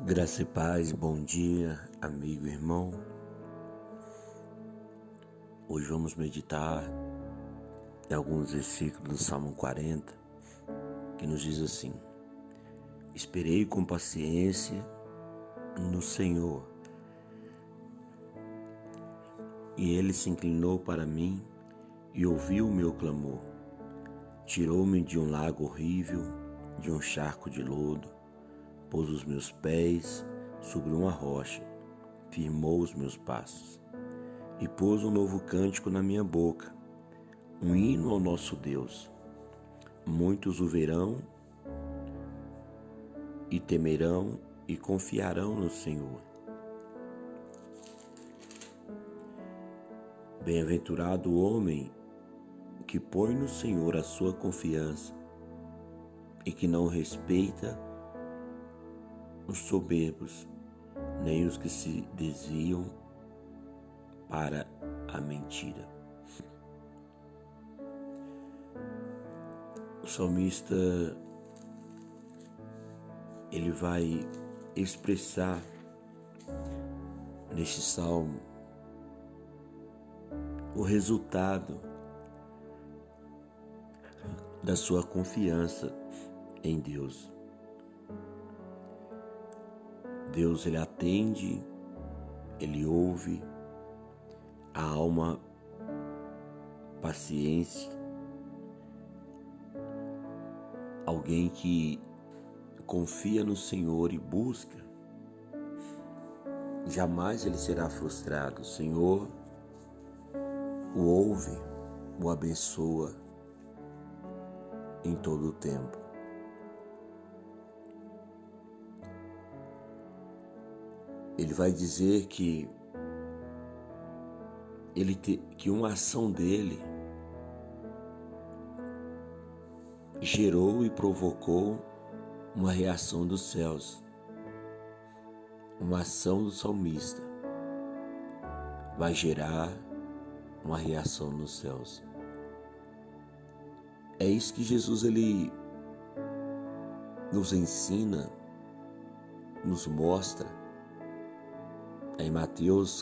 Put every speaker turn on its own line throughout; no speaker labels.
Graça e paz, bom dia, amigo e irmão. Hoje vamos meditar em alguns versículos do Salmo 40, que nos diz assim: Esperei com paciência no Senhor, e Ele se inclinou para mim e ouviu o meu clamor. Tirou-me de um lago horrível, de um charco de lodo, pôs os meus pés sobre uma rocha, firmou os meus passos e pôs um novo cântico na minha boca, um hino ao nosso Deus. Muitos o verão e temerão e confiarão no Senhor. Bem-aventurado o homem que põe no Senhor a sua confiança e que não respeita os soberbos, nem os que se desviam para a mentira. O salmista, ele vai expressar neste salmo o resultado da sua confiança em Deus. Deus, ele atende, ele ouve, a alma paciente, alguém que confia no Senhor e busca, jamais ele será frustrado. O Senhor o ouve, o abençoa em todo o tempo. Ele vai dizer que uma ação dele gerou e provocou uma reação dos céus. Uma ação do salmista vai gerar uma reação nos céus. É isso que Jesus ele nos ensina, nos mostra em Mateus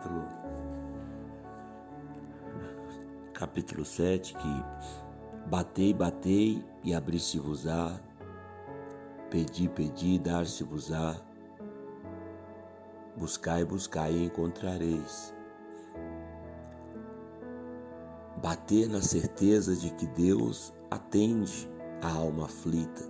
capítulo 7, que batei e abrir-se-vos-á, pedi, dar-se-vos-á, buscai e encontrareis. Bater na certeza de que Deus atende a alma aflita.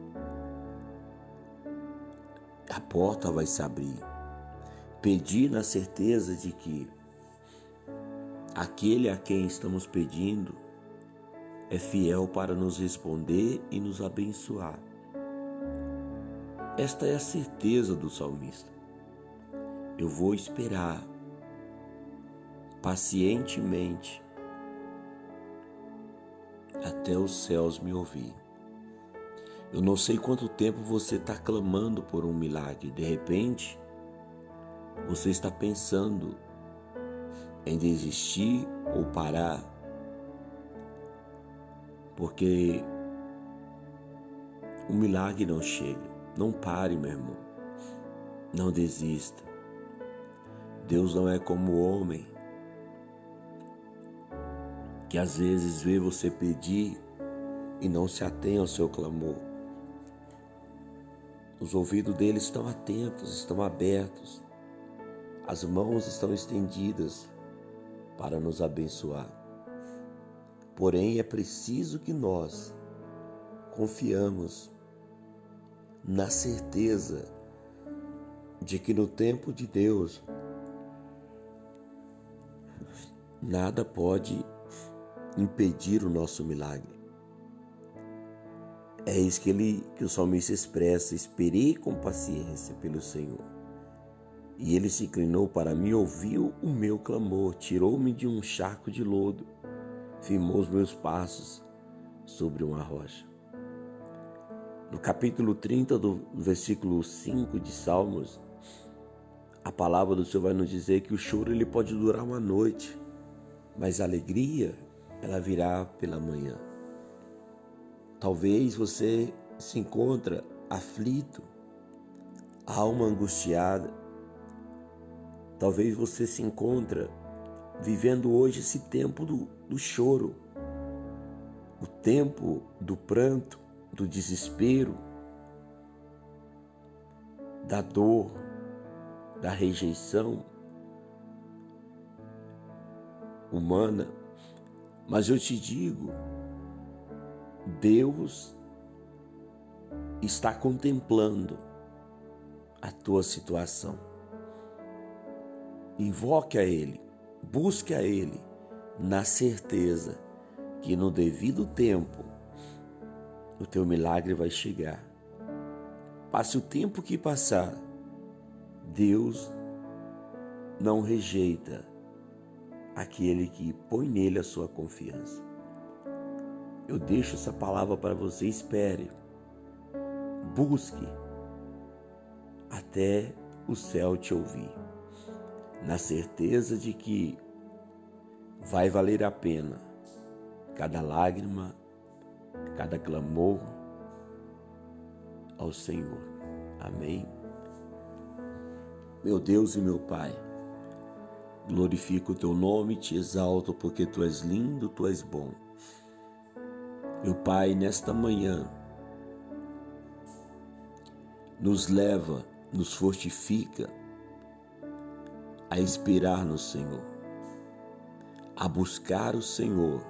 A porta vai se abrir. Pedir na certeza de que aquele a quem estamos pedindo é fiel para nos responder e nos abençoar. Esta é a certeza do salmista. Eu vou esperar pacientemente até os céus me ouvir. Eu não sei quanto tempo você está clamando por um milagre. De repente, você está pensando em desistir ou parar, porque o milagre não chega. Não pare, meu irmão. Não desista. Deus não é como o homem, que às vezes vê você pedir e não se atém ao seu clamor. Os ouvidos dele estão atentos, estão abertos. As mãos estão estendidas para nos abençoar. Porém, é preciso que nós confiamos na certeza de que no tempo de Deus nada pode impedir o nosso milagre. É isso que o salmista expressa: esperei com paciência pelo Senhor. E ele se inclinou para mim, ouviu o meu clamor, tirou-me de um charco de lodo, firmou os meus passos sobre uma rocha. No capítulo 30, do versículo 5 de Salmos, a palavra do Senhor vai nos dizer que o choro ele pode durar uma noite, mas a alegria ela virá pela manhã. Talvez você se encontre aflito, alma angustiada. Talvez você se encontre vivendo hoje esse tempo do choro, o tempo do pranto, do desespero, da dor, da rejeição humana. Mas eu te digo, Deus está contemplando a tua situação. Invoque a Ele, busque a Ele, na certeza que no devido tempo o teu milagre vai chegar. Passe o tempo que passar, Deus não rejeita aquele que põe nele a sua confiança. Eu deixo essa palavra para você, espere, busque até o céu te ouvir, na certeza de que vai valer a pena cada lágrima, cada clamor ao Senhor. Amém? Meu Deus e meu Pai, glorifico o teu nome e te exalto porque tu és lindo, tu és bom. Meu Pai, nesta manhã, nos leva, nos fortifica a esperar no Senhor, a buscar o Senhor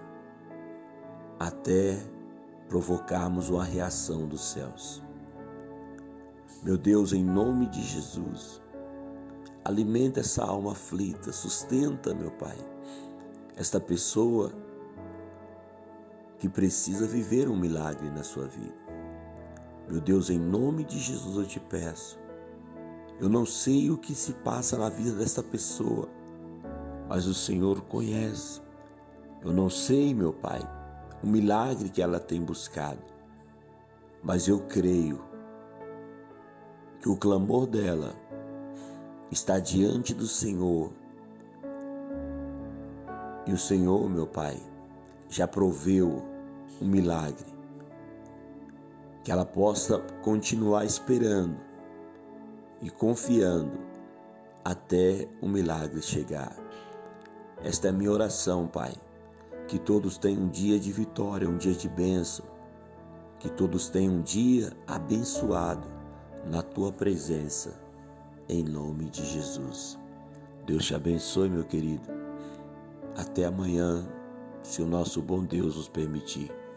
até provocarmos uma reação dos céus. Meu Deus, em nome de Jesus, alimenta essa alma aflita, sustenta, meu Pai, esta pessoa que precisa viver um milagre na sua vida. Meu Deus, em nome de Jesus eu te peço. Eu não sei o que se passa na vida desta pessoa, mas o Senhor conhece. Eu não sei, meu Pai, o milagre que ela tem buscado, mas eu creio que o clamor dela está diante do Senhor. E o Senhor, meu Pai, já proveu um milagre. Que ela possa continuar esperando e confiando até o milagre chegar. Esta é a minha oração, Pai. Que todos tenham um dia de vitória, um dia de bênção. Que todos tenham um dia abençoado na Tua presença, em nome de Jesus. Deus te abençoe, meu querido. Até amanhã, se o nosso bom Deus nos permitir.